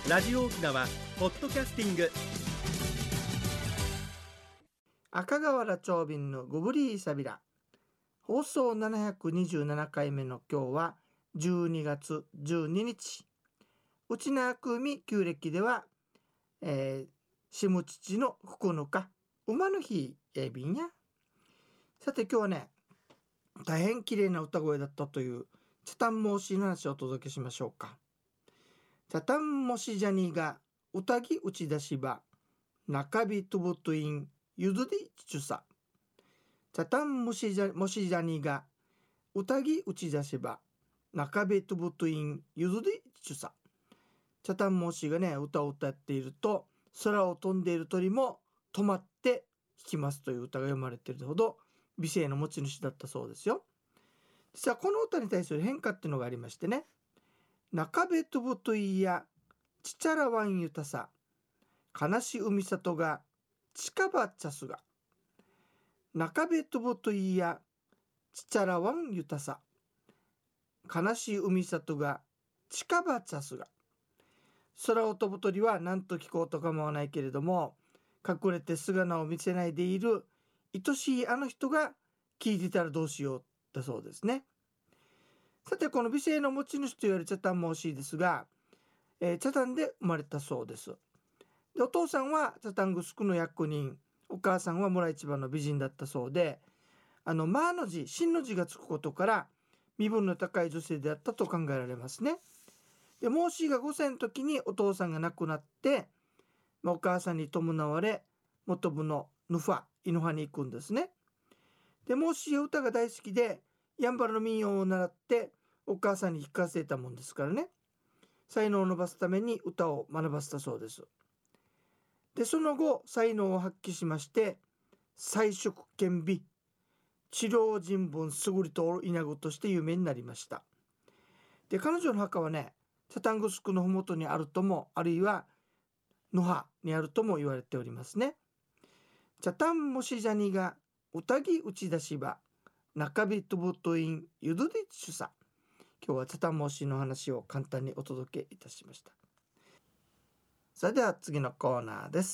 ラジオ沖縄ポッドキャスティング、 赤瓦長瓶のグブリーサビラ、放送727回目の今日は12月12日、内縄組旧暦では、下父の9日馬の日便や。さて今日はね、大変綺麗な歌声だったというチャタンモーシーの話をお届けしましょうか。チャタンモシジャニが歌ぎ打ち出しば中日とぶといんゆずりちゅさ。チャタンモシジャニが歌ぎ打ち出しば中日とぶといんゆずりちゅさ。チャタンモシがね歌を歌っていると空を飛んでいる鳥も止まって弾きますという歌が読まれているほど美声の持ち主だったそうですよ。実はこの歌に対する変化っていうのがありましてね、中べとぶといやちちゃらわんゆたさ悲し海里が近ばっちゃすが、中べとぶといやちちゃらわんゆたさ悲しい海里が近ばっちゃすが、空を飛ぶ鳥は何と聞こうと構わないけれども隠れて姿を見せないでいる愛しいあの人が聞いてたらどうしようだそうですね。さてこの美声の持ち主と言われるチャタンモーシーですが、チャタンで生まれたそうです。でお父さんはチャタングスクの役人、お母さんは村一番の美人だったそうで、マーの字、真の字がつくことから身分の高い女性であったと考えられますね。でモーシーが5歳の時にお父さんが亡くなって、お母さんに伴われ元部のヌファイノハに行くんですね。でモーシーは歌が大好きでやんばるの民謡を習ってお母さんに弾かせたもんですからね、才能を伸ばすために歌を学ばせたそうです。でその後才能を発揮しまして才色兼備治療人文優りと稲子として有名になりました。で彼女の墓はねチャタングスクのふもとにあるとも、あるいはノハにあるとも言われておりますね。チャタンモシジャニが歌ぎ打ち出しば中日とぶといんゆずりちゅさ。今日はチャタンモシの話を簡単にお届けいたしました。それでは次のコーナーです。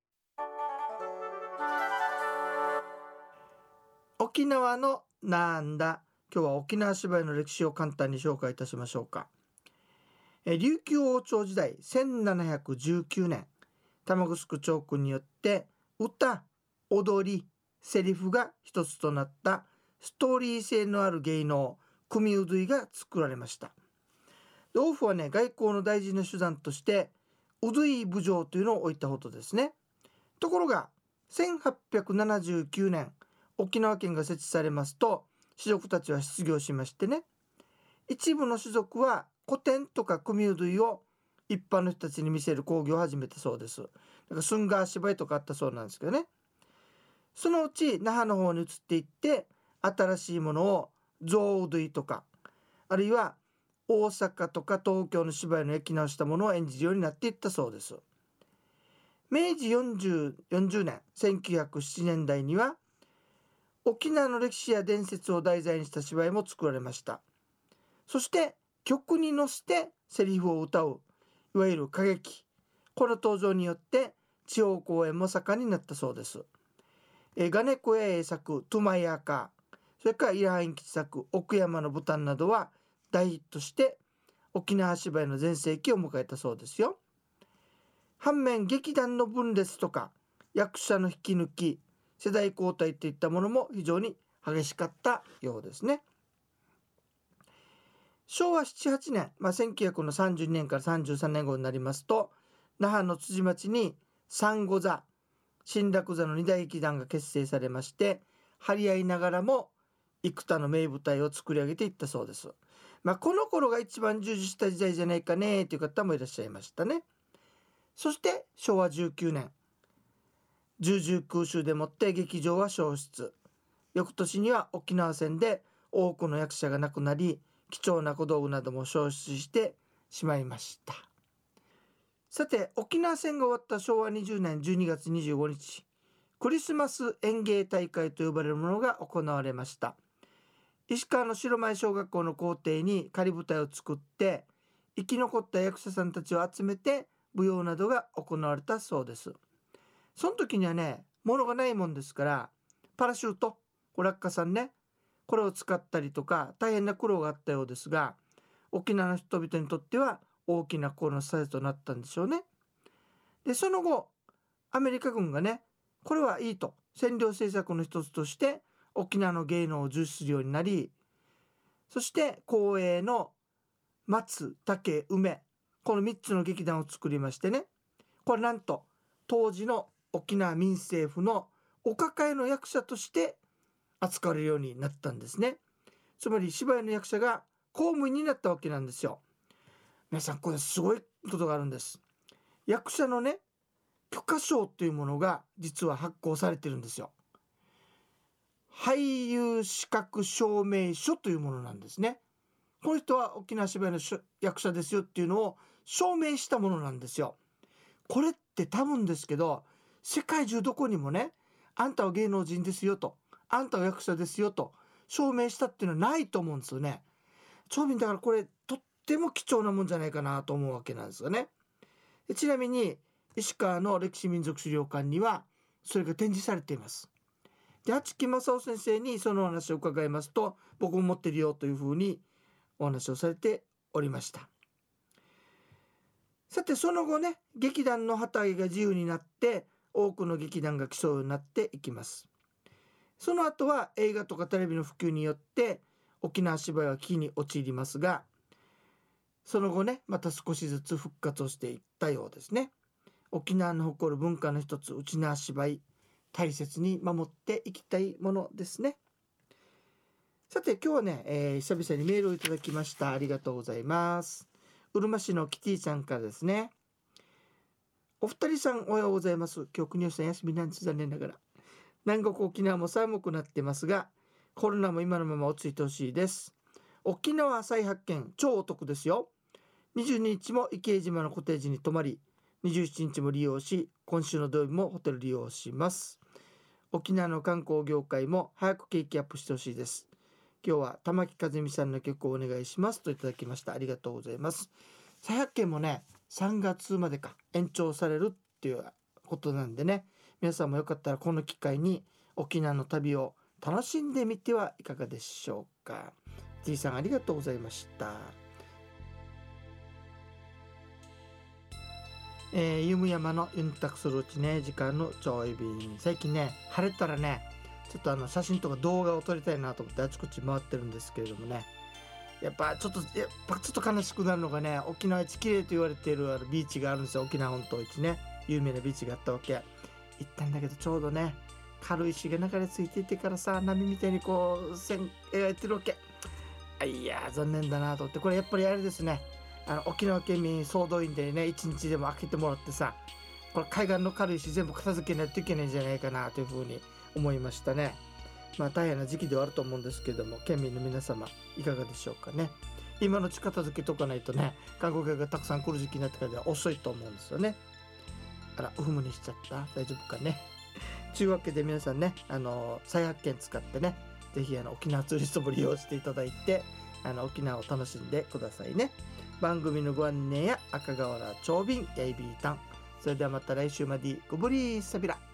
沖縄のなんだ。今日は沖縄芝居の歴史を簡単に紹介いたしましょうか。琉球王朝時代1719年、玉城長君によって歌、踊り、セリフが一つとなったストーリー性のある芸能組うどいが作られました。王府はね外交の大事な手段としてうどい武場というのを置いたほどですね。ところが1879年沖縄県が設置されますと士族たちは失業しましてね、一部の士族は古典とか組うどいを一般の人たちに見せる興行を始めたそうです。だからスンガー芝居とかあったそうなんですけどね、そのうち那覇の方に移っていって新しいものを象うどいとか、あるいは大阪とか東京の芝居の焼き直したものを演じるようになっていったそうです。明治40年1907年代には沖縄の歴史や伝説を題材にした芝居も作られました。そして曲に乗せてセリフを歌ういわゆる歌劇、この登場によって地方公演も盛んになったそうです。ガネコや栄作トゥマヤーカー、それからイラハイン吉作奥山の牡丹などは大ヒットして沖縄芝居の全盛期を迎えたそうですよ。反面劇団の分裂とか役者の引き抜き、世代交代といったものも非常に激しかったようですね。昭和7、8年、1932年から33年後になりますと那覇の辻町に三五座、新楽座の二大劇団が結成されまして、張り合いながらも幾多の名舞台を作り上げていったそうです。この頃が一番充実した時代じゃないかねという方もいらっしゃいましたね。そして昭和19年重々空襲でもって劇場は消失、翌年には沖縄戦で多くの役者が亡くなり貴重な小道具なども消失してしまいました。さて沖縄戦が終わった昭和20年12月25日、クリスマス演芸大会と呼ばれるものが行われました。石川の白前小学校の校庭に仮舞台を作って生き残った役者さんたちを集めて舞踊などが行われたそうです。その時にはね、物がないもんですからパラシュート、落下さんね、これを使ったりとか大変な苦労があったようですが、沖縄の人々にとっては大きな心の支えとなったんでしょうね。でその後アメリカ軍がね、これはいいと占領政策の一つとして沖縄の芸能を重視するようになり、そして公営の松、竹、梅、この3つの劇団を作りましてね、これなんと当時の沖縄民政府のお抱えの役者として扱われるようになったんですね。つまり芝居の役者が公務員になったわけなんですよ。皆さん、これすごいことがあるんです。役者のね、許可証というものが実は発行されてるんですよ。俳優資格証明書というものなんですね。この人は沖縄芝居の役者ですよっていうのを証明したものなんですよ。これって多分ですけど、世界中どこにもね、あんたは芸能人ですよと、あんたは役者ですよと証明したっていうのはないと思うんですよね。長民だからこれとっても貴重なもんじゃないかなと思うわけなんですよね。ちなみに石川の歴史民族資料館にはそれが展示されています。で、八木正夫先生にそのお話を伺いますと、僕も持ってるよというふうにお話をされておりました。さてその後ね、劇団の旗揚げが自由になって多くの劇団が競うようになっていきます。その後は映画とかテレビの普及によって沖縄芝居は危機に陥りますが、その後ね、また少しずつ復活をしていったようですね。沖縄の誇る文化の一つ、沖縄芝居、大切に守っていきたいものですね。さて今日はね、久々にメールをいただきました。ありがとうございます。うるま市のキティちゃんからですね。お二人さんおはようございます。今日国吉さん休みなんです、残念ながら。南国沖縄も寒くなってますが、コロナも今のまま落ち着いてほしいです。沖縄再発見超お得ですよ。22日も池江島のコテージに泊まり、27日も利用し、今週の土曜日もホテル利用します。沖縄の観光業界も早く景気アップしてほしいです。今日は玉木和美さんの曲をお願いしますといただきました。ありがとうございます。再発見もね、3月までか延長されるっていうことなんでね、皆さんもよかったらこの機会に沖縄の旅を楽しんでみてはいかがでしょうか。T さんありがとうございました。ゆむ山のユンタクするうちね、時間のちょい便。最近ね、晴れたらね、ちょっと写真とか動画を撮りたいなと思ってあちこち回ってるんですけれどもね、やっぱちょっと悲しくなるのがね、沖縄一綺麗と言われているビーチがあるんですよ。沖縄本島一ね、有名なビーチがあったわけ。行ったんだけど、ちょうどね、軽石が流れ着いていてからさ、波みたいにこう線描いてるわけ。いや残念だなと思って、これやっぱりあれですね、沖縄県民総動員でね、一日でも開けてもらってさ、これ海岸の軽石全部片付けないといけないんじゃないかなというふうに思いましたね。まあ大変な時期ではあると思うんですけれども、県民の皆様いかがでしょうかね。今のうち片付けとかないとね、観光客がたくさん来る時期になってからでは遅いと思うんですよね。あら、うふむにしちゃった、大丈夫かね。というわけで皆さんね、再発見使ってね、ぜひ沖縄ツーリストも利用していただいて、沖縄を楽しんでくださいね。番組のご案内や赤瓦長瓶やいびーたん。それではまた来週までごぶりーさびら。